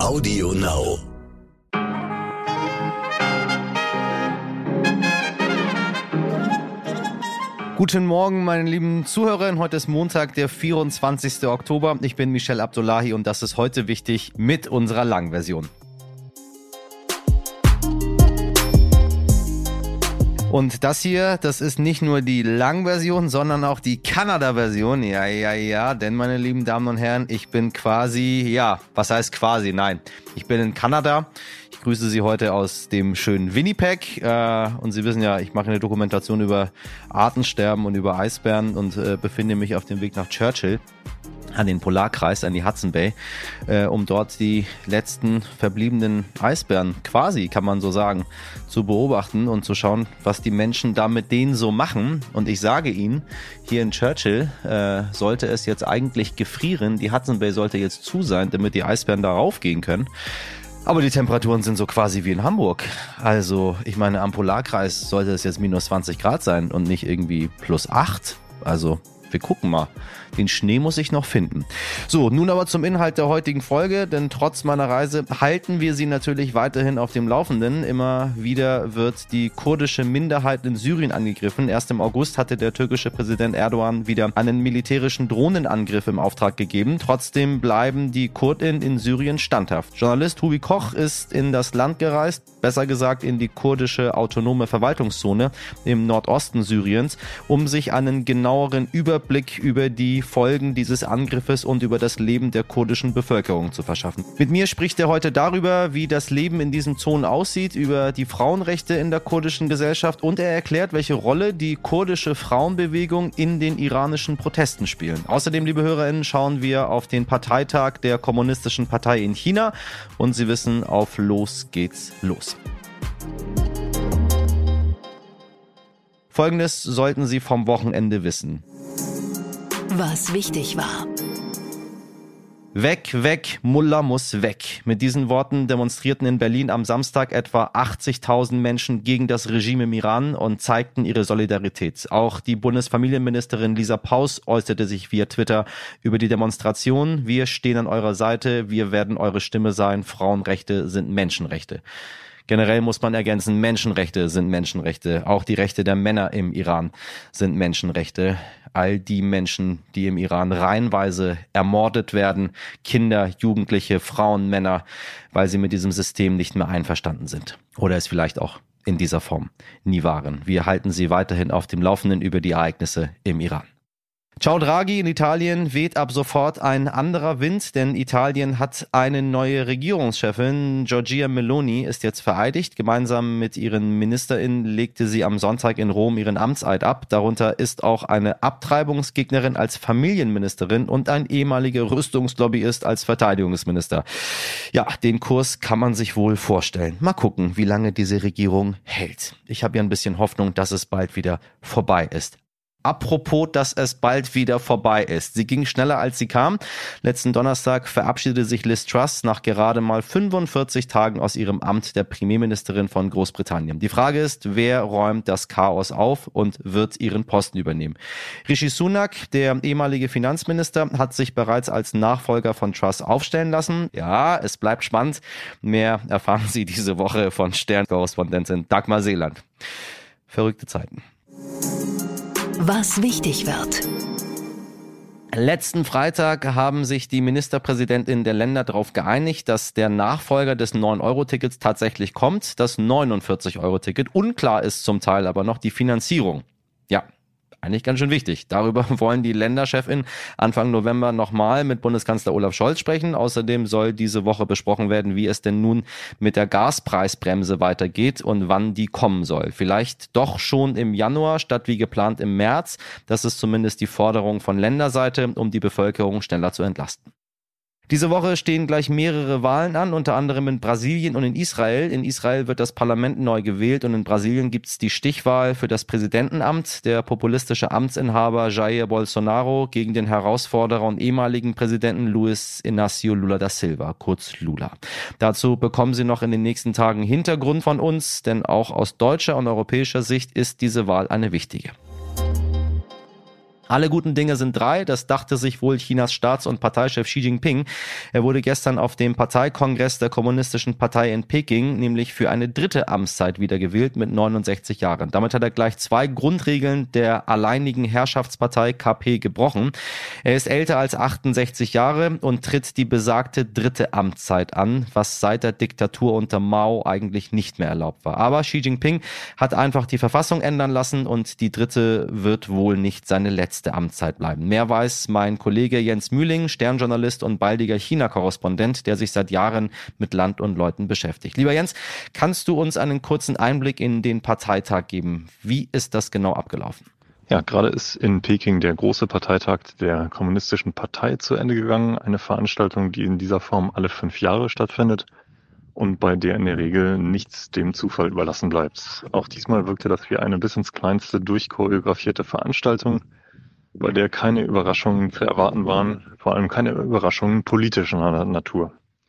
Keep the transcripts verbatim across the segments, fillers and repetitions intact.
Audio Now. Guten Morgen, meine lieben Zuhörerinnen. Heute ist Montag, der vierundzwanzigster Oktober. Ich bin Michel Abdullahi und das ist heute wichtig mit unserer Langversion. Und das hier, das ist nicht nur die Langversion, sondern auch die Kanada-Version. Ja, ja, ja, denn meine lieben Damen und Herren, ich bin quasi, ja, was heißt quasi? Nein, ich bin in Kanada. Ich grüße Sie heute aus dem schönen Winnipeg. Äh, und Sie wissen ja, ich mache eine Dokumentation über Artensterben und über Eisbären und äh, befinde mich auf dem Weg nach Churchill, an den Polarkreis, an die Hudson Bay, äh, um dort die letzten verbliebenen Eisbären, quasi kann man so sagen, zu beobachten und zu schauen, was die Menschen da mit denen so machen. Und ich sage Ihnen, hier in Churchill äh, sollte es jetzt eigentlich gefrieren, die Hudson Bay sollte jetzt zu sein, damit die Eisbären da raufgehen können. Aber die Temperaturen sind so quasi wie in Hamburg. Also ich meine, am Polarkreis sollte es jetzt minus zwanzig Grad sein und nicht irgendwie plus acht. Also wir gucken mal. Den Schnee muss ich noch finden. So, nun aber zum Inhalt der heutigen Folge, denn trotz meiner Reise halten wir Sie natürlich weiterhin auf dem Laufenden. Immer wieder wird die kurdische Minderheit in Syrien angegriffen. Erst im August hatte der türkische Präsident Erdogan wieder einen militärischen Drohnenangriff im Auftrag gegeben. Trotzdem bleiben die Kurdinnen in Syrien standhaft. Journalist Hubi Koch ist in das Land gereist, besser gesagt in die kurdische autonome Verwaltungszone im Nordosten Syriens, um sich einen genaueren Überblick über die Folgen dieses Angriffes und über das Leben der kurdischen Bevölkerung zu verschaffen. Mit mir spricht er heute darüber, wie das Leben in diesen Zonen aussieht, über die Frauenrechte in der kurdischen Gesellschaft und er erklärt, welche Rolle die kurdische Frauenbewegung in den iranischen Protesten spielen. Außerdem, liebe HörerInnen, schauen wir auf den Parteitag der Kommunistischen Partei in China und Sie wissen, auf Los geht's los. Folgendes sollten Sie vom Wochenende wissen. Was wichtig war. Weg, weg, Mullah muss weg. Mit diesen Worten demonstrierten in Berlin am Samstag etwa achtzigtausend Menschen gegen das Regime im Iran und zeigten ihre Solidarität. Auch die Bundesfamilienministerin Lisa Paus äußerte sich via Twitter über die Demonstration. Wir stehen an eurer Seite, wir werden eure Stimme sein. Frauenrechte sind Menschenrechte. Generell muss man ergänzen, Menschenrechte sind Menschenrechte. Auch die Rechte der Männer im Iran sind Menschenrechte. All die Menschen, die im Iran reihenweise ermordet werden, Kinder, Jugendliche, Frauen, Männer, weil sie mit diesem System nicht mehr einverstanden sind. Oder es vielleicht auch in dieser Form nie waren. Wir halten Sie weiterhin auf dem Laufenden über die Ereignisse im Iran. Ciao Draghi, in Italien weht ab sofort ein anderer Wind, denn Italien hat eine neue Regierungschefin. Giorgia Meloni ist jetzt vereidigt. Gemeinsam mit ihren MinisterInnen legte sie am Sonntag in Rom ihren Amtseid ab. Darunter ist auch eine Abtreibungsgegnerin als Familienministerin und ein ehemaliger Rüstungslobbyist als Verteidigungsminister. Ja, den Kurs kann man sich wohl vorstellen. Mal gucken, wie lange diese Regierung hält. Ich habe ja ein bisschen Hoffnung, dass es bald wieder vorbei ist. Apropos, dass es bald wieder vorbei ist. Sie ging schneller, als sie kam. Letzten Donnerstag verabschiedete sich Liz Truss nach gerade mal fünfundvierzig Tagen aus ihrem Amt der Premierministerin von Großbritannien. Die Frage ist, wer räumt das Chaos auf und wird ihren Posten übernehmen? Rishi Sunak, der ehemalige Finanzminister, hat sich bereits als Nachfolger von Truss aufstellen lassen. Ja, es bleibt spannend. Mehr erfahren Sie diese Woche von Stern-Korrespondentin Dagmar Seeland. Verrückte Zeiten. Was wichtig wird. Letzten Freitag haben sich die Ministerpräsidentinnen der Länder darauf geeinigt, dass der Nachfolger des neun Euro Tickets tatsächlich kommt, das neunundvierzig Euro Ticket. Unklar ist zum Teil aber noch die Finanzierung. Ja, eigentlich ganz schön wichtig. Darüber wollen die Länderchefinnen Anfang November nochmal mit Bundeskanzler Olaf Scholz sprechen. Außerdem soll diese Woche besprochen werden, wie es denn nun mit der Gaspreisbremse weitergeht und wann die kommen soll. Vielleicht doch schon im Januar statt wie geplant im März. Das ist zumindest die Forderung von Länderseite, um die Bevölkerung schneller zu entlasten. Diese Woche stehen gleich mehrere Wahlen an, unter anderem in Brasilien und in Israel. In Israel wird das Parlament neu gewählt und in Brasilien gibt es die Stichwahl für das Präsidentenamt. Der populistische Amtsinhaber Jair Bolsonaro gegen den Herausforderer und ehemaligen Präsidenten Luiz Inácio Lula da Silva, kurz Lula. Dazu bekommen Sie noch in den nächsten Tagen Hintergrund von uns, denn auch aus deutscher und europäischer Sicht ist diese Wahl eine wichtige. Alle guten Dinge sind drei, das dachte sich wohl Chinas Staats- und Parteichef Xi Jinping. Er wurde gestern auf dem Parteikongress der Kommunistischen Partei in Peking nämlich für eine dritte Amtszeit wiedergewählt mit neunundsechzig Jahren. Damit hat er gleich zwei Grundregeln der alleinigen Herrschaftspartei K P gebrochen. Er ist älter als achtundsechzig Jahre und tritt die besagte dritte Amtszeit an, was seit der Diktatur unter Mao eigentlich nicht mehr erlaubt war. Aber Xi Jinping hat einfach die Verfassung ändern lassen und die dritte wird wohl nicht seine letzte Amtszeit bleiben. Mehr weiß mein Kollege Jens Mühling, Sternjournalist und baldiger China-Korrespondent, der sich seit Jahren mit Land und Leuten beschäftigt. Lieber Jens, kannst du uns einen kurzen Einblick in den Parteitag geben? Wie ist das genau abgelaufen? Ja, gerade ist in Peking der große Parteitag der Kommunistischen Partei zu Ende gegangen. Eine Veranstaltung, die in dieser Form alle fünf Jahre stattfindet und bei der in der Regel nichts dem Zufall überlassen bleibt. Auch diesmal wirkte das wie eine bis ins Kleinste durchchoreografierte Veranstaltung, bei der keine Überraschungen zu erwarten waren, vor allem keine Überraschungen politischer Natur.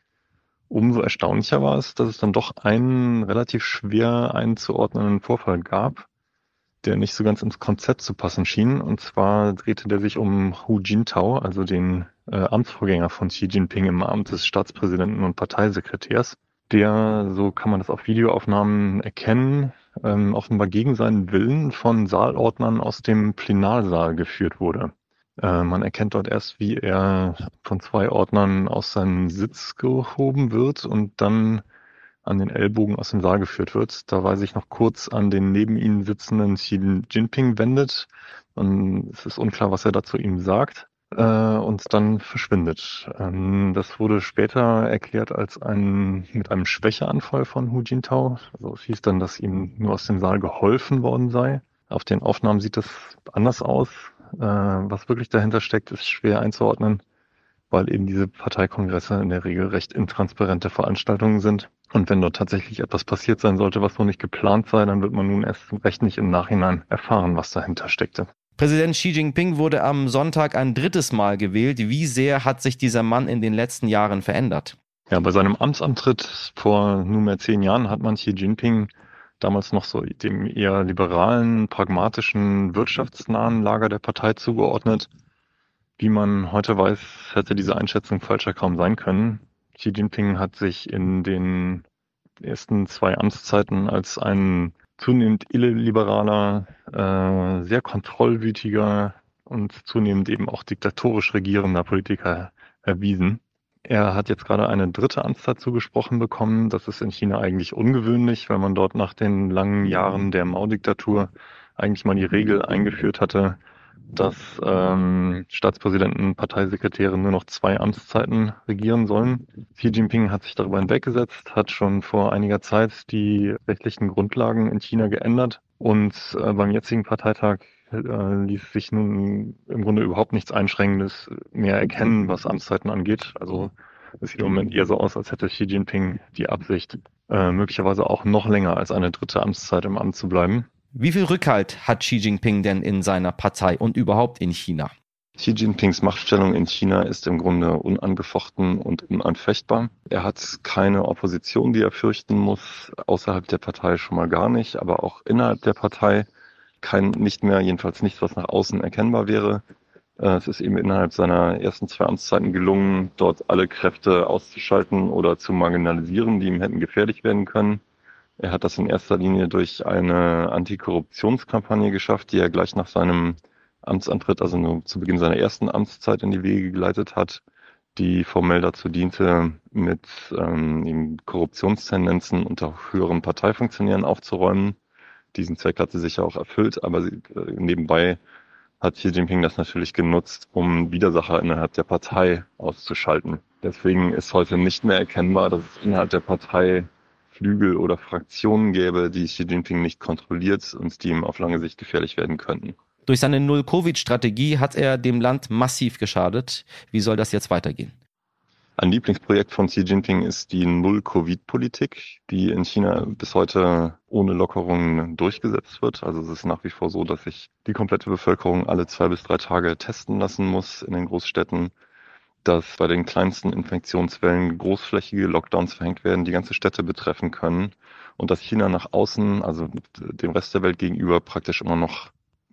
Umso erstaunlicher war es, dass es dann doch einen relativ schwer einzuordnenden Vorfall gab, der nicht so ganz ins Konzept zu passen schien. Und zwar drehte der sich um Hu Jintao, also den äh, Amtsvorgänger von Xi Jinping im Amt des Staatspräsidenten und Parteisekretärs, der, so kann man das auf Videoaufnahmen erkennen, ähm, offenbar gegen seinen Willen von Saalordnern aus dem Plenarsaal geführt wurde. Äh, man erkennt dort erst, wie er von zwei Ordnern aus seinem Sitz gehoben wird und dann an den Ellbogen aus dem Saal geführt wird. Dabei sich noch kurz an den neben ihm sitzenden Xi Jinping wendet. Und es ist unklar, was er dazu ihm sagt. Äh, und dann verschwindet. Ähm, das wurde später erklärt als ein mit einem Schwächeanfall von Hu Jintao. Also es hieß dann, dass ihm nur aus dem Saal geholfen worden sei. Auf den Aufnahmen sieht das anders aus. Äh, was wirklich dahinter steckt, ist schwer einzuordnen, weil eben diese Parteikongresse in der Regel recht intransparente Veranstaltungen sind. Und wenn dort tatsächlich etwas passiert sein sollte, was so nicht geplant sei, dann wird man nun erst recht nicht im Nachhinein erfahren, was dahinter steckte. Präsident Xi Jinping wurde am Sonntag ein drittes Mal gewählt. Wie sehr hat sich dieser Mann in den letzten Jahren verändert? Ja, bei seinem Amtsantritt vor nunmehr zehn Jahren hat man Xi Jinping damals noch so dem eher liberalen, pragmatischen, wirtschaftsnahen Lager der Partei zugeordnet. Wie man heute weiß, hätte diese Einschätzung falscher kaum sein können. Xi Jinping hat sich in den ersten zwei Amtszeiten als ein zunehmend illiberaler, äh, sehr kontrollwütiger und zunehmend eben auch diktatorisch regierender Politiker erwiesen. Er hat jetzt gerade eine dritte Amtszeit zugesprochen bekommen. Das ist in China eigentlich ungewöhnlich, weil man dort nach den langen Jahren der Mao-Diktatur eigentlich mal die Regel eingeführt hatte, dass ähm, Staatspräsidenten, Parteisekretäre nur noch zwei Amtszeiten regieren sollen. Xi Jinping hat sich darüber hinweggesetzt, hat schon vor einiger Zeit die rechtlichen Grundlagen in China geändert und äh, beim jetzigen Parteitag äh, ließ sich nun im Grunde überhaupt nichts Einschränkendes mehr erkennen, was Amtszeiten angeht. Also es sieht im Moment eher so aus, als hätte Xi Jinping die Absicht, äh, möglicherweise auch noch länger als eine dritte Amtszeit im Amt zu bleiben. Wie viel Rückhalt hat Xi Jinping denn in seiner Partei und überhaupt in China? Xi Jinpings Machtstellung in China ist im Grunde unangefochten und unanfechtbar. Er hat keine Opposition, die er fürchten muss, außerhalb der Partei schon mal gar nicht, aber auch innerhalb der Partei kein, nicht mehr, jedenfalls nichts, was nach außen erkennbar wäre. Es ist ihm innerhalb seiner ersten zwei Amtszeiten gelungen, dort alle Kräfte auszuschalten oder zu marginalisieren, die ihm hätten gefährlich werden können. Er hat das in erster Linie durch eine Antikorruptionskampagne geschafft, die er gleich nach seinem Amtsantritt, also nur zu Beginn seiner ersten Amtszeit, in die Wege geleitet hat, die formell dazu diente, mit ähm, Korruptionstendenzen unter höheren Parteifunktionären aufzuräumen. Diesen Zweck hat sie sicher auch erfüllt, aber sie, äh, nebenbei hat Xi Jinping das natürlich genutzt, um Widersacher innerhalb der Partei auszuschalten. Deswegen ist heute nicht mehr erkennbar, dass es innerhalb der Partei Flügel oder Fraktionen gäbe, die Xi Jinping nicht kontrolliert und die ihm auf lange Sicht gefährlich werden könnten. Durch seine Null-Covid-Strategie hat er dem Land massiv geschadet. Wie soll das jetzt weitergehen? Ein Lieblingsprojekt von Xi Jinping ist die Null-Covid-Politik, die in China bis heute ohne Lockerungen durchgesetzt wird. Also es ist nach wie vor so, dass sich die komplette Bevölkerung alle zwei bis drei Tage testen lassen muss in den Großstädten, dass bei den kleinsten Infektionswellen großflächige Lockdowns verhängt werden, die ganze Städte betreffen können und dass China nach außen, also dem Rest der Welt gegenüber, praktisch immer noch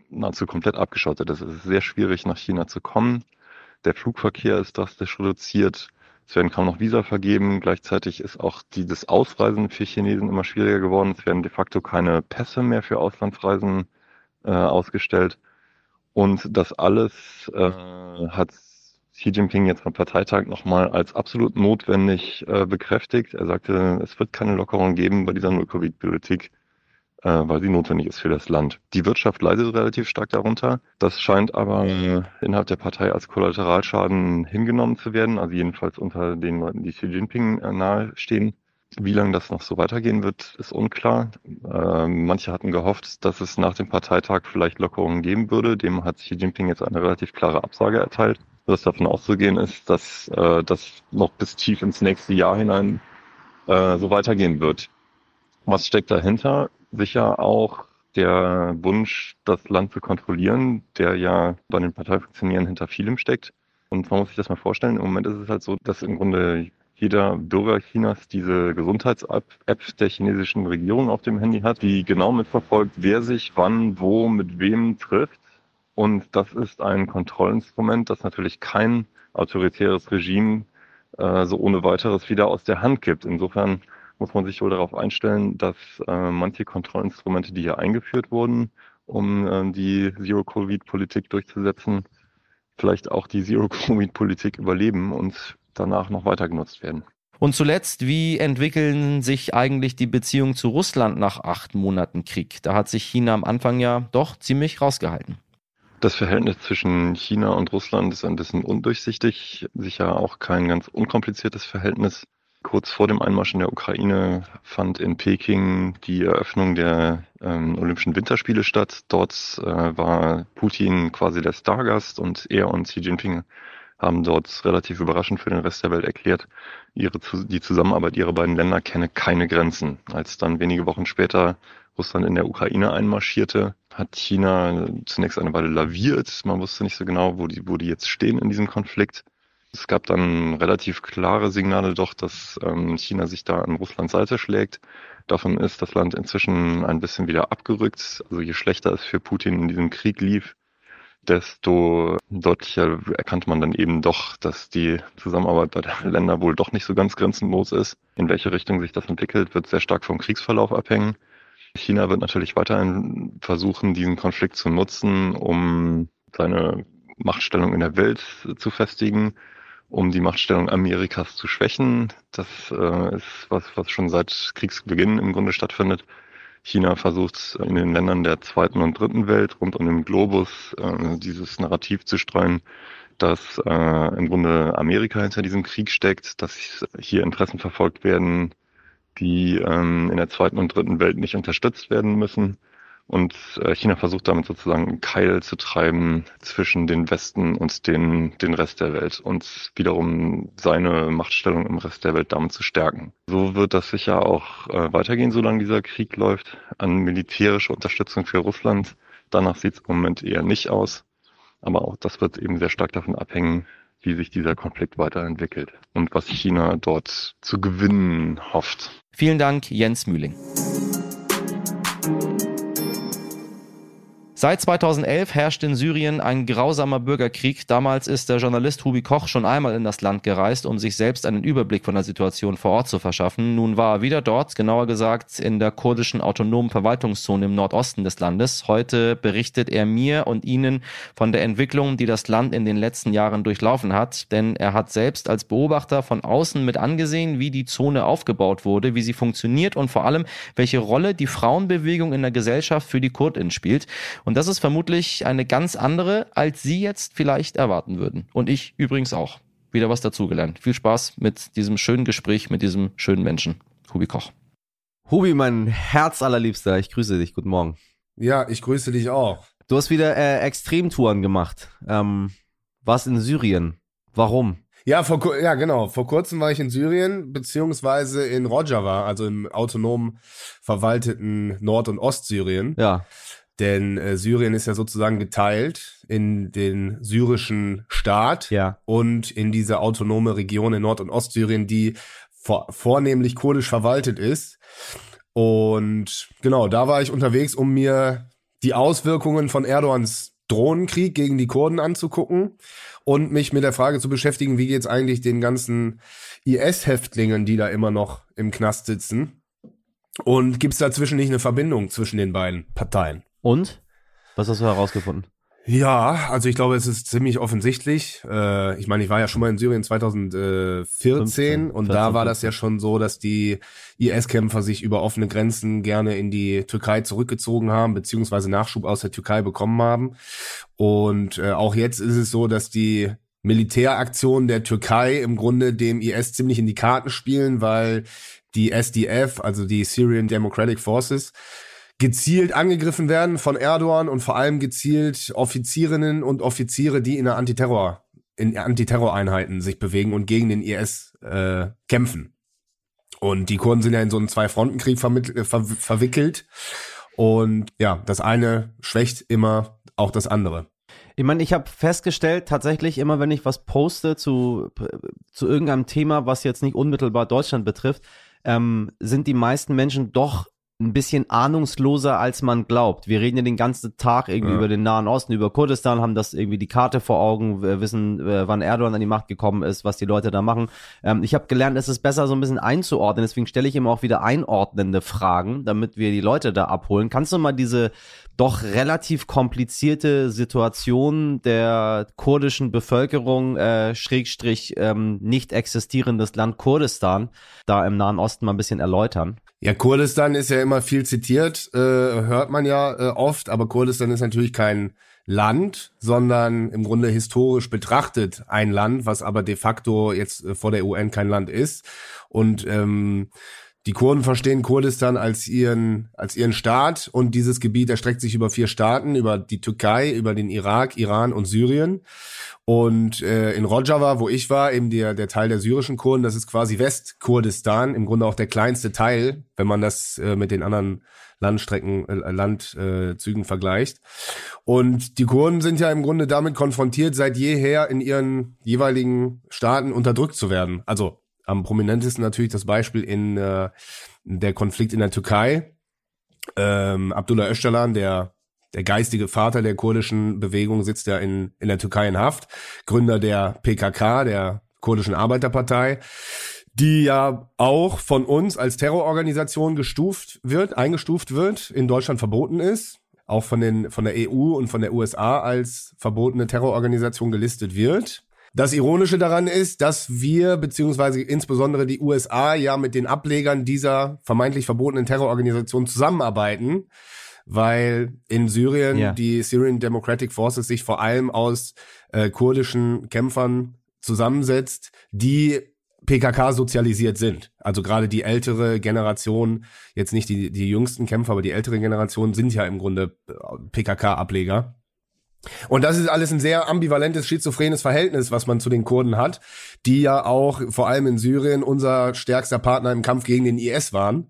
nahezu komplett abgeschottet ist. Es ist sehr schwierig, nach China zu kommen. Der Flugverkehr ist drastisch reduziert. Es werden kaum noch Visa vergeben. Gleichzeitig ist auch die, das Ausreisen für Chinesen immer schwieriger geworden. Es werden de facto keine Pässe mehr für Auslandsreisen äh, ausgestellt. Und das alles äh, hat Xi Jinping jetzt am Parteitag nochmal als absolut notwendig äh, bekräftigt. Er sagte, es wird keine Lockerung geben bei dieser Null-Covid-Politik, äh, weil sie notwendig ist für das Land. Die Wirtschaft leidet relativ stark darunter. Das scheint aber äh, innerhalb der Partei als Kollateralschaden hingenommen zu werden, also jedenfalls unter den Leuten, die Xi Jinping äh, nahestehen. Wie lange das noch so weitergehen wird, ist unklar. Äh, manche hatten gehofft, dass es nach dem Parteitag vielleicht Lockerungen geben würde. Dem hat Xi Jinping jetzt eine relativ klare Absage erteilt. Was davon auszugehen ist, dass äh, das noch bis tief ins nächste Jahr hinein äh, so weitergehen wird. Was steckt dahinter? Sicher auch der Wunsch, das Land zu kontrollieren, der ja bei den Parteifunktionären hinter vielem steckt. Und man muss sich das mal vorstellen, im Moment ist es halt so, dass im Grunde jeder Bürger Chinas diese Gesundheits-App der chinesischen Regierung auf dem Handy hat, die genau mitverfolgt, wer sich wann, wo, mit wem trifft. Und das ist ein Kontrollinstrument, das natürlich kein autoritäres Regime äh, so ohne weiteres wieder aus der Hand gibt. Insofern muss man sich wohl darauf einstellen, dass äh, manche Kontrollinstrumente, die hier eingeführt wurden, um äh, die Zero-Covid-Politik durchzusetzen, vielleicht auch die Zero-Covid-Politik überleben und danach noch weiter genutzt werden. Und zuletzt, wie entwickeln sich eigentlich die Beziehungen zu Russland nach acht Monaten Krieg? Da hat sich China am Anfang ja doch ziemlich rausgehalten. Das Verhältnis zwischen China und Russland ist ein bisschen undurchsichtig, sicher auch kein ganz unkompliziertes Verhältnis. Kurz vor dem Einmarsch in der Ukraine fand in Peking die Eröffnung der ähm, Olympischen Winterspiele statt. Dort äh, war Putin quasi der Stargast und er und Xi Jinping haben dort relativ überraschend für den Rest der Welt erklärt, ihre, die Zusammenarbeit ihrer beiden Länder kenne keine Grenzen. Als dann wenige Wochen später Russland in der Ukraine einmarschierte, hat China zunächst eine Weile laviert. Man wusste nicht so genau, wo die, wo die jetzt stehen in diesem Konflikt. Es gab dann relativ klare Signale doch, dass ähm, China sich da an Russlands Seite schlägt. Davon ist das Land inzwischen ein bisschen wieder abgerückt. Also je schlechter es für Putin in diesem Krieg lief, desto deutlicher erkannte man dann eben doch, dass die Zusammenarbeit bei den Ländern wohl doch nicht so ganz grenzenlos ist. In welche Richtung sich das entwickelt, wird sehr stark vom Kriegsverlauf abhängen. China wird natürlich weiterhin versuchen, diesen Konflikt zu nutzen, um seine Machtstellung in der Welt zu festigen, um die Machtstellung Amerikas zu schwächen. Das äh, ist was, was schon seit Kriegsbeginn im Grunde stattfindet. China versucht in den Ländern der zweiten und dritten Welt rund um den Globus äh, dieses Narrativ zu streuen, dass äh, im Grunde Amerika hinter diesem Krieg steckt, dass hier Interessen verfolgt werden, die ähm, in der zweiten und dritten Welt nicht unterstützt werden müssen. Und äh, China versucht damit sozusagen einen Keil zu treiben zwischen den Westen und den, den Rest der Welt und wiederum seine Machtstellung im Rest der Welt damit zu stärken. So wird das sicher auch äh, weitergehen, solange dieser Krieg läuft. An militärische Unterstützung für Russland, danach sieht es im Moment eher nicht aus. Aber auch das wird eben sehr stark davon abhängen, wie sich dieser Konflikt weiterentwickelt und was China dort zu gewinnen hofft. Vielen Dank, Jens Mühling. Seit zweitausendelf herrscht in Syrien ein grausamer Bürgerkrieg. Damals ist der Journalist Hubi Koch schon einmal in das Land gereist, um sich selbst einen Überblick von der Situation vor Ort zu verschaffen. Nun war er wieder dort, genauer gesagt in der kurdischen autonomen Verwaltungszone im Nordosten des Landes. Heute berichtet er mir und Ihnen von der Entwicklung, die das Land in den letzten Jahren durchlaufen hat. Denn er hat selbst als Beobachter von außen mit angesehen, wie die Zone aufgebaut wurde, wie sie funktioniert und vor allem, welche Rolle die Frauenbewegung in der Gesellschaft für die KurdInnen spielt. Und Und das ist vermutlich eine ganz andere, als Sie jetzt vielleicht erwarten würden. Und ich übrigens auch. Wieder was dazugelernt. Viel Spaß mit diesem schönen Gespräch, mit diesem schönen Menschen. Hubi Koch. Hubi, mein Herz allerliebster, ich grüße dich. Guten Morgen. Ja, ich grüße dich auch. Du hast wieder äh, Extremtouren gemacht. Ähm, warst in Syrien. Warum? Ja, vor, ja, genau. Vor kurzem war ich in Syrien, beziehungsweise in Rojava, also im autonom verwalteten Nord- und Ostsyrien. Ja. Denn äh, Syrien ist ja sozusagen geteilt in den syrischen Staat ja. und in diese autonome Region in Nord- und Ostsyrien, die vor, vornehmlich kurdisch verwaltet ist. Und genau, da war ich unterwegs, um mir die Auswirkungen von Erdogans Drohnenkrieg gegen die Kurden anzugucken und mich mit der Frage zu beschäftigen, wie geht's eigentlich den ganzen I S-Häftlingen, die da immer noch im Knast sitzen? Und gibt's dazwischen nicht eine Verbindung zwischen den beiden Parteien? Und? Was hast du herausgefunden? Ja, also ich glaube, es ist ziemlich offensichtlich. Äh, ich meine, ich war ja schon mal in Syrien zweitausendvierzehn fünfzehn, und vierzehn, da war das ja schon so, dass die I S-Kämpfer sich über offene Grenzen gerne in die Türkei zurückgezogen haben, beziehungsweise Nachschub aus der Türkei bekommen haben. Und äh, auch jetzt ist es so, dass die Militäraktionen der Türkei im Grunde dem I S ziemlich in die Karten spielen, weil die S D F, also die Syrian Democratic Forces, gezielt angegriffen werden von Erdogan und vor allem gezielt Offizierinnen und Offiziere, die in der Antiterror, in Antiterroreinheiten sich bewegen und gegen den I S äh, kämpfen. Und die Kurden sind ja in so einen Zwei-Fronten-Krieg vermittl- ver- verwickelt. Und ja, das eine schwächt immer auch das andere. Ich meine, ich habe festgestellt, tatsächlich immer, wenn ich was poste zu, zu irgendeinem Thema, was jetzt nicht unmittelbar Deutschland betrifft, ähm, sind die meisten Menschen doch ein bisschen ahnungsloser, als man glaubt. Wir reden ja den ganzen Tag irgendwie ja. über den Nahen Osten, über Kurdistan, haben das irgendwie die Karte vor Augen, wissen, wann Erdogan an die Macht gekommen ist, was die Leute da machen. Ähm, ich habe gelernt, es ist besser, so ein bisschen einzuordnen. Deswegen stelle ich immer auch wieder einordnende Fragen, damit wir die Leute da abholen. Kannst du mal diese doch relativ komplizierte Situation der kurdischen Bevölkerung, äh, Schrägstrich ähm, nicht existierendes Land Kurdistan, da im Nahen Osten mal ein bisschen erläutern? Ja, Kurdistan ist ja immer viel zitiert, äh, hört man ja äh, oft, aber Kurdistan ist natürlich kein Land, sondern im Grunde historisch betrachtet ein Land, was aber de facto jetzt äh, vor der U N kein Land ist. Und ähm, die Kurden verstehen Kurdistan als ihren als ihren Staat, und dieses Gebiet erstreckt sich über vier Staaten, über die Türkei, über den Irak, Iran und Syrien. Und äh, in Rojava, wo ich war, eben der der Teil der syrischen Kurden, das ist quasi Westkurdistan, im Grunde auch der kleinste Teil, wenn man das äh, mit den anderen Landstrecken, äh, Landzügen äh, vergleicht. Und die Kurden sind ja im Grunde damit konfrontiert, seit jeher in ihren jeweiligen Staaten unterdrückt zu werden. Also am prominentesten natürlich das Beispiel in äh, der Konflikt in der Türkei. Ähm, Abdullah Öcalan, der der geistige Vater der kurdischen Bewegung, sitzt ja in in der Türkei in Haft, Gründer der P K K, der kurdischen Arbeiterpartei, die ja auch von uns als Terrororganisation gestuft wird, eingestuft wird, in Deutschland verboten ist, auch von den von der E U und von der U S A als verbotene Terrororganisation gelistet wird. Das Ironische daran ist, dass wir, beziehungsweise insbesondere die U S A, ja mit den Ablegern dieser vermeintlich verbotenen Terrororganisation zusammenarbeiten, weil in Syrien ja. die Syrian Democratic Forces sich vor allem aus äh, kurdischen Kämpfern zusammensetzt, die P K K sozialisiert sind. Also gerade die ältere Generation, jetzt nicht die die jüngsten Kämpfer, aber die ältere Generation sind ja im Grunde P K K-Ableger. Und das ist alles ein sehr ambivalentes, schizophrenes Verhältnis, was man zu den Kurden hat, die ja auch vor allem in Syrien unser stärkster Partner im Kampf gegen den I S waren.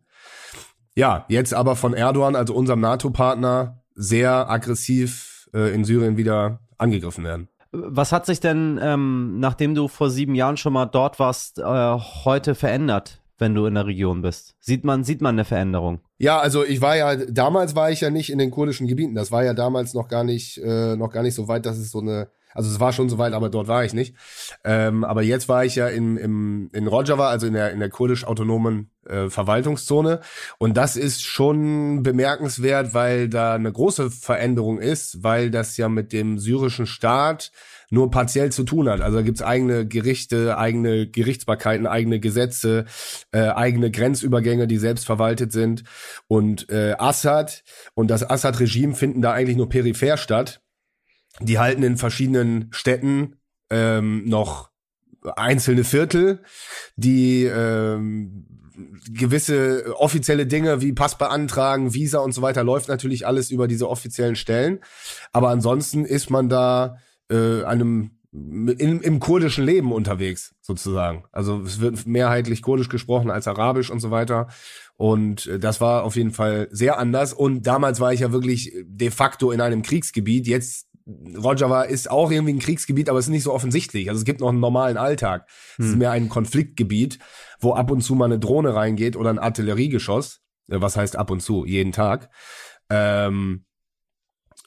Ja, jetzt aber von Erdogan, also unserem NATO-Partner, sehr aggressiv äh, in Syrien wieder angegriffen werden. Was hat sich denn, ähm, nachdem du vor sieben Jahren schon mal dort warst, äh, heute verändert, wenn du in der Region bist? Sieht man, sieht man eine Veränderung? Ja, also ich war ja, damals war ich ja nicht in den kurdischen Gebieten. Das war ja damals noch gar nicht, äh, noch gar nicht so weit, dass es so eine, also es war schon so weit, aber dort war ich nicht. Ähm, aber jetzt war ich ja in, im, in Rojava, also in der, in der kurdisch-autonomen äh, Verwaltungszone. Und das ist schon bemerkenswert, weil da eine große Veränderung ist, weil das ja mit dem syrischen Staat nur partiell zu tun hat. Also da gibt's eigene Gerichte, eigene Gerichtsbarkeiten, eigene Gesetze, äh, eigene Grenzübergänge, die selbst verwaltet sind. Und äh, Assad und das Assad-Regime finden da eigentlich nur peripher statt. Die halten in verschiedenen Städten ähm, noch einzelne Viertel, die ähm, gewisse offizielle Dinge wie Pass beantragen, Visa und so weiter, läuft natürlich alles über diese offiziellen Stellen. Aber ansonsten ist man da äh, einem in, im kurdischen Leben unterwegs, sozusagen. Also es wird mehrheitlich kurdisch gesprochen als arabisch und so weiter. Und äh, das war auf jeden Fall sehr anders. Und damals war ich ja wirklich de facto in einem Kriegsgebiet. Jetzt Rojava ist auch irgendwie ein Kriegsgebiet, aber es ist nicht so offensichtlich. Also es gibt noch einen normalen Alltag. Es hm. ist mehr ein Konfliktgebiet, wo ab und zu mal eine Drohne reingeht oder ein Artilleriegeschoss. Was heißt ab und zu? Jeden Tag. Ähm,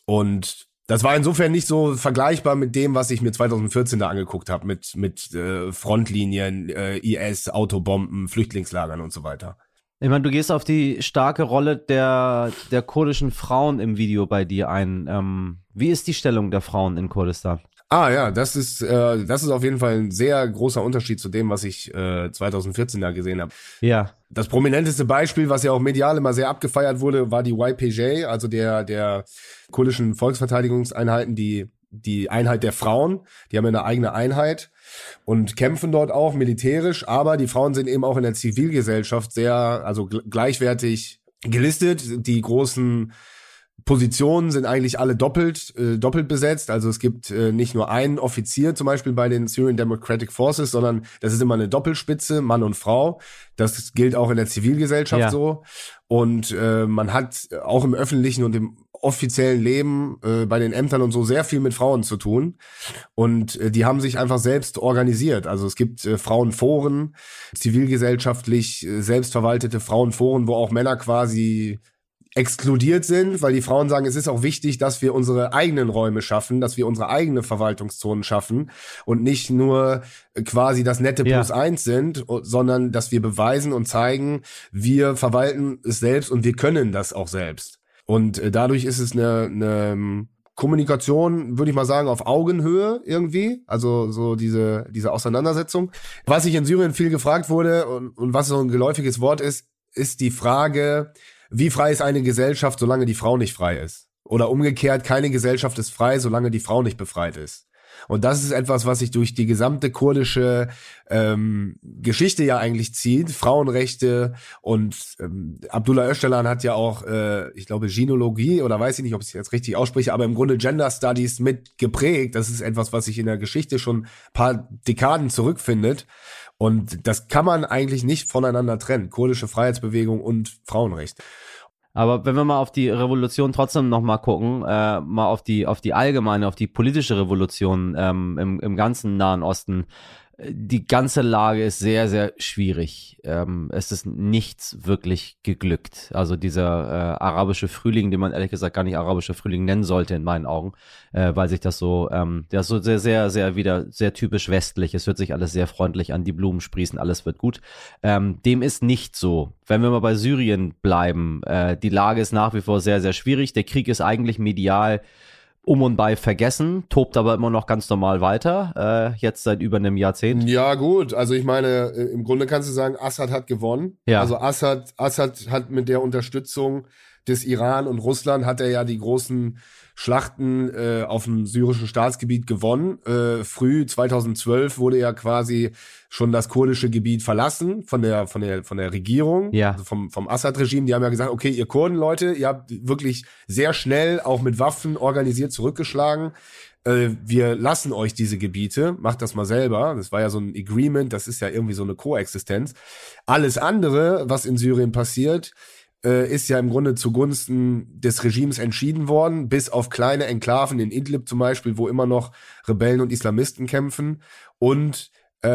Und das war insofern nicht so vergleichbar mit dem, was ich mir zwanzig vierzehn da angeguckt habe, mit mit äh, Frontlinien, äh, I S, Autobomben, Flüchtlingslagern und so weiter. Ich meine, du gehst auf die starke Rolle der, der kurdischen Frauen im Video bei dir ein. Ähm, wie ist die Stellung der Frauen in Kurdistan? Ah ja, das ist äh, das ist auf jeden Fall ein sehr großer Unterschied zu dem, was ich äh, zwanzig vierzehn da gesehen habe. Ja. Das prominenteste Beispiel, was ja auch medial immer sehr abgefeiert wurde, war die Y P J, also der der kurdischen Volksverteidigungseinheiten, die die Einheit der Frauen. Die haben ja eine eigene Einheit und kämpfen dort auch militärisch, aber die Frauen sind eben auch in der Zivilgesellschaft sehr, also gleichwertig gelistet. Die großen Positionen sind eigentlich alle doppelt äh, doppelt besetzt. Also es gibt äh, nicht nur einen Offizier zum Beispiel bei den Syrian Democratic Forces, sondern das ist immer eine Doppelspitze, Mann und Frau. Das gilt auch in der Zivilgesellschaft ja. so. Und äh, man hat auch im öffentlichen und im offiziellen Leben äh, bei den Ämtern und so sehr viel mit Frauen zu tun. Und äh, die haben sich einfach selbst organisiert. Also es gibt äh, Frauenforen, zivilgesellschaftlich äh, selbstverwaltete Frauenforen, wo auch Männer quasi exkludiert sind, weil die Frauen sagen, es ist auch wichtig, dass wir unsere eigenen Räume schaffen, dass wir unsere eigene Verwaltungszonen schaffen und nicht nur quasi das nette Plus ja. eins sind, sondern dass wir beweisen und zeigen, wir verwalten es selbst und wir können das auch selbst. Und äh, dadurch ist es eine, eine Kommunikation, würde ich mal sagen, auf Augenhöhe irgendwie, also so diese diese Auseinandersetzung. Was ich in Syrien viel gefragt wurde und, und was so ein geläufiges Wort ist, ist die Frage, wie frei ist eine Gesellschaft, solange die Frau nicht frei ist? Oder umgekehrt, keine Gesellschaft ist frei, solange die Frau nicht befreit ist. Und das ist etwas, was sich durch die gesamte kurdische ähm, Geschichte ja eigentlich zieht. Frauenrechte und ähm, Abdullah Öcalan hat ja auch, äh, ich glaube, Gynäkologie oder weiß ich nicht, ob ich es jetzt richtig ausspreche, aber im Grunde Gender Studies mit geprägt. Das ist etwas, was sich in der Geschichte schon ein paar Dekaden zurückfindet. Und das kann man eigentlich nicht voneinander trennen. Kurdische Freiheitsbewegung und Frauenrechte. Aber wenn wir mal auf die Revolution trotzdem noch mal gucken, äh, mal auf die auf die allgemeine, auf die politische Revolution ähm, im, im ganzen Nahen Osten, die ganze Lage ist sehr, sehr schwierig. Ähm, es ist nichts wirklich geglückt. Also dieser äh, arabische Frühling, den man ehrlich gesagt gar nicht arabischer Frühling nennen sollte in meinen Augen, äh, weil sich das so, ähm, der ist so sehr, sehr, sehr wieder sehr typisch westlich. Es hört sich alles sehr freundlich an, die Blumen sprießen, alles wird gut. Ähm, dem ist nicht so. Wenn wir mal bei Syrien bleiben, äh, die Lage ist nach wie vor sehr, sehr schwierig. Der Krieg ist eigentlich medial um und bei vergessen, tobt aber immer noch ganz normal weiter, äh, jetzt seit über einem Jahrzehnt. Ja gut, also ich meine, im Grunde kannst du sagen, Assad hat gewonnen. Ja. Also Assad, Assad hat mit der Unterstützung des Iran und Russland hat er ja die großen Schlachten äh, auf dem syrischen Staatsgebiet gewonnen. Äh, früh zweitausendzwölf wurde ja quasi schon das kurdische Gebiet verlassen von der von der von der Regierung, ja. also vom vom Assad-Regime. Die haben ja gesagt, okay, ihr Kurden, Leute, ihr habt wirklich sehr schnell auch mit Waffen organisiert zurückgeschlagen. Äh, wir lassen euch diese Gebiete, macht das mal selber. Das war ja so ein Agreement, das ist ja irgendwie so eine Koexistenz. Alles andere, was in Syrien passiert, ist ja im Grunde zugunsten des Regimes entschieden worden, bis auf kleine Enklaven in Idlib zum Beispiel, wo immer noch Rebellen und Islamisten kämpfen und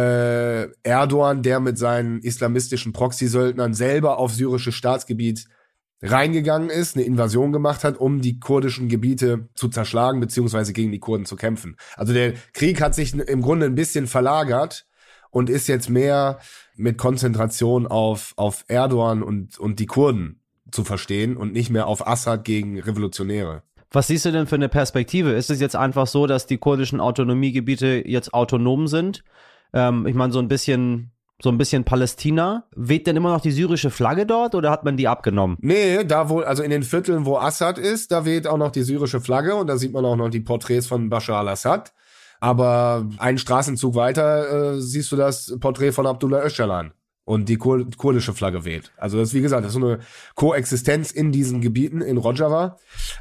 äh, Erdogan, der mit seinen islamistischen Proxy-Söldnern selber auf syrisches Staatsgebiet reingegangen ist, eine Invasion gemacht hat, um die kurdischen Gebiete zu zerschlagen beziehungsweise gegen die Kurden zu kämpfen. Also der Krieg hat sich im Grunde ein bisschen verlagert und ist jetzt mehr mit Konzentration auf auf Erdogan und und die Kurden zu verstehen und nicht mehr auf Assad gegen Revolutionäre. Was siehst du denn für eine Perspektive? Ist es jetzt einfach so, dass die kurdischen Autonomiegebiete jetzt autonom sind? Ähm, ich meine, so ein bisschen so ein bisschen Palästina. Weht denn immer noch die syrische Flagge dort oder hat man die abgenommen? Nee, da wo, also in den Vierteln, wo Assad ist, da weht auch noch die syrische Flagge und da sieht man auch noch die Porträts von Bashar al-Assad. Aber einen Straßenzug weiter äh, siehst du das Porträt von Abdullah Öcalan und die kur- kurdische Flagge weht. Also das ist, wie gesagt, das ist so eine Koexistenz in diesen Gebieten in Rojava.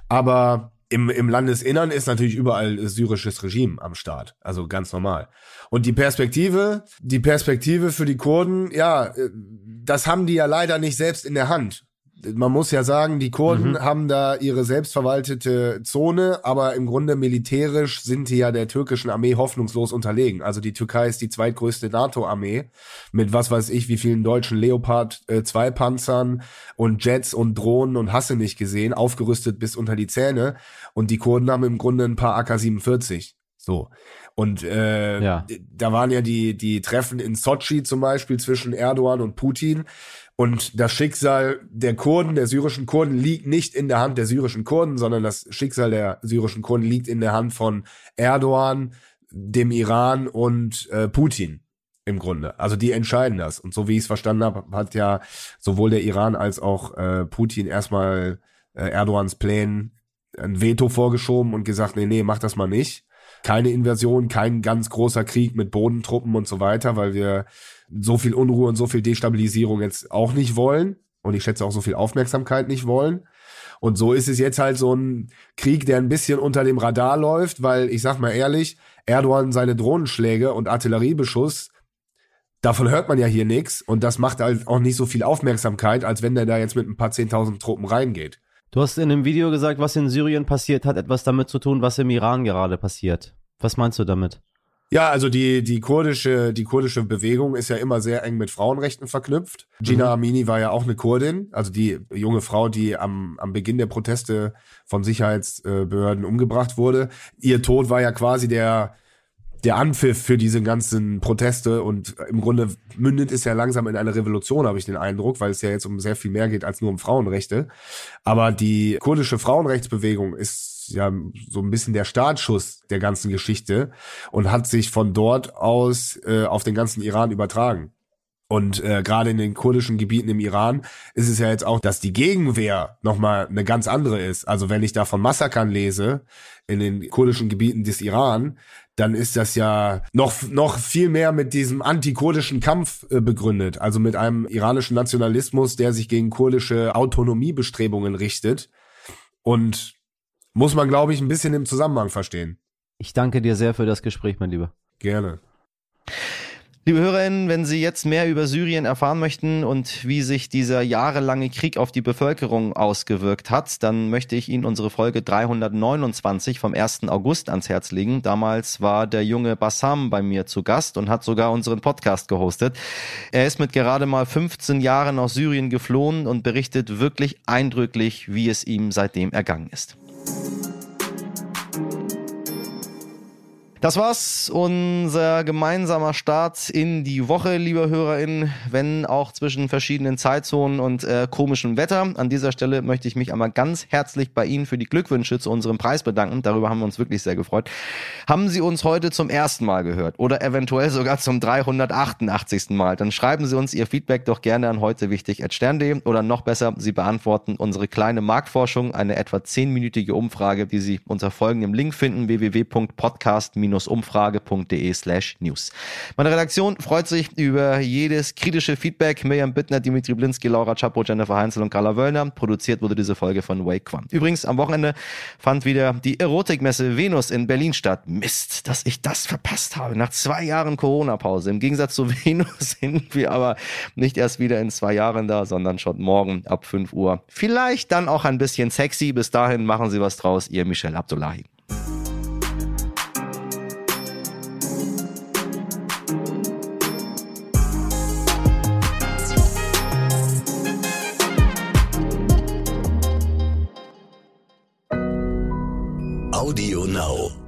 Aber im, im Landesinnern ist natürlich überall syrisches Regime am Start. Also ganz normal. Und die Perspektive, die Perspektive für die Kurden, ja, das haben die ja leider nicht selbst in der Hand. man muss ja sagen, die Kurden Mhm. haben da ihre selbstverwaltete Zone, aber im Grunde militärisch sind die ja der türkischen Armee hoffnungslos unterlegen. Also die Türkei ist die zweitgrößte NATO-Armee mit was weiß ich wie vielen deutschen Leopard zwei Panzern und Jets und Drohnen und hast du nicht gesehen, aufgerüstet bis unter die Zähne. Und die Kurden haben im Grunde ein paar A K siebenundvierzig. So. Und äh, Ja. da waren ja die die Treffen in Sotschi zum Beispiel zwischen Erdogan und Putin. Und das Schicksal der Kurden, der syrischen Kurden, liegt nicht in der Hand der syrischen Kurden, sondern das Schicksal der syrischen Kurden liegt in der Hand von Erdogan, dem Iran und äh, Putin im Grunde. Also die entscheiden das. Und so wie ich es verstanden habe, hat ja sowohl der Iran als auch äh, Putin erstmal äh, Erdogans Plänen ein Veto vorgeschoben und gesagt, nee, nee, mach das mal nicht. Keine Invasion, kein ganz großer Krieg mit Bodentruppen und so weiter, weil wir so viel Unruhe und so viel Destabilisierung jetzt auch nicht wollen. Und ich schätze auch so viel Aufmerksamkeit nicht wollen. Und so ist es jetzt halt so ein Krieg, der ein bisschen unter dem Radar läuft, weil ich sag mal ehrlich, Erdogan seine Drohnenschläge und Artilleriebeschuss, davon hört man ja hier nichts. Und das macht halt auch nicht so viel Aufmerksamkeit, als wenn der da jetzt mit ein paar zehntausend Truppen reingeht. Du hast in dem Video gesagt, was in Syrien passiert, hat etwas damit zu tun, was im Iran gerade passiert. Was meinst du damit? Ja, also die die kurdische die kurdische Bewegung ist ja immer sehr eng mit Frauenrechten verknüpft. Gina Mhm. Amini war ja auch eine Kurdin, also die junge Frau, die am am Beginn der Proteste von Sicherheitsbehörden umgebracht wurde. Ihr Tod war ja quasi der der Anpfiff für diese ganzen Proteste und im Grunde mündet es ja langsam in eine Revolution, habe ich den Eindruck, weil es ja jetzt um sehr viel mehr geht als nur um Frauenrechte. Aber die kurdische Frauenrechtsbewegung ist ja so ein bisschen der Startschuss der ganzen Geschichte und hat sich von dort aus äh, auf den ganzen Iran übertragen. Und äh, gerade in den kurdischen Gebieten im Iran ist es ja jetzt auch, dass die Gegenwehr nochmal eine ganz andere ist. Also wenn ich da von Massakern lese in den kurdischen Gebieten des Iran, dann ist das ja noch noch viel mehr mit diesem antikurdischen Kampf äh, begründet. Also mit einem iranischen Nationalismus, der sich gegen kurdische Autonomiebestrebungen richtet. Und muss man, glaube ich, ein bisschen im Zusammenhang verstehen. Ich danke dir sehr für das Gespräch, mein Lieber. Gerne. Liebe HörerInnen, wenn Sie jetzt mehr über Syrien erfahren möchten und wie sich dieser jahrelange Krieg auf die Bevölkerung ausgewirkt hat, dann möchte ich Ihnen unsere Folge dreihundertneunundzwanzig vom ersten August ans Herz legen. Damals war der junge Bassam bei mir zu Gast und hat sogar unseren Podcast gehostet. Er ist mit gerade mal fünfzehn Jahren aus Syrien geflohen und berichtet wirklich eindrücklich, wie es ihm seitdem ergangen ist. Das war's, unser gemeinsamer Start in die Woche, liebe HörerInnen, wenn auch zwischen verschiedenen Zeitzonen und äh, komischem Wetter. An dieser Stelle möchte ich mich einmal ganz herzlich bei Ihnen für die Glückwünsche zu unserem Preis bedanken. Darüber haben wir uns wirklich sehr gefreut. Haben Sie uns heute zum ersten Mal gehört oder eventuell sogar zum dreihundertachtundachtzigsten Mal, dann schreiben Sie uns Ihr Feedback doch gerne an heutewichtig at stern punkt de oder noch besser, Sie beantworten unsere kleine Marktforschung, eine etwa zehnminütige Umfrage, die Sie unter folgendem Link finden, w w w punkt podcast umfrage punkt de slash news. Meine Redaktion freut sich über jedes kritische Feedback. Mirjam Bittner, Dimitri Blinski, Laura Czapo, Jennifer Heinzel und Carla Wöllner. Produziert wurde diese Folge von Wake Quan. Übrigens, am Wochenende fand wieder die Erotikmesse Venus in Berlin statt. Mist, dass ich das verpasst habe. Nach zwei Jahren Corona-Pause. Im Gegensatz zu Venus sind wir aber nicht erst wieder in zwei Jahren da, sondern schon morgen ab fünf Uhr. Vielleicht dann auch ein bisschen sexy. Bis dahin machen Sie was draus. Ihr Michel Abdullahi. Audio Now.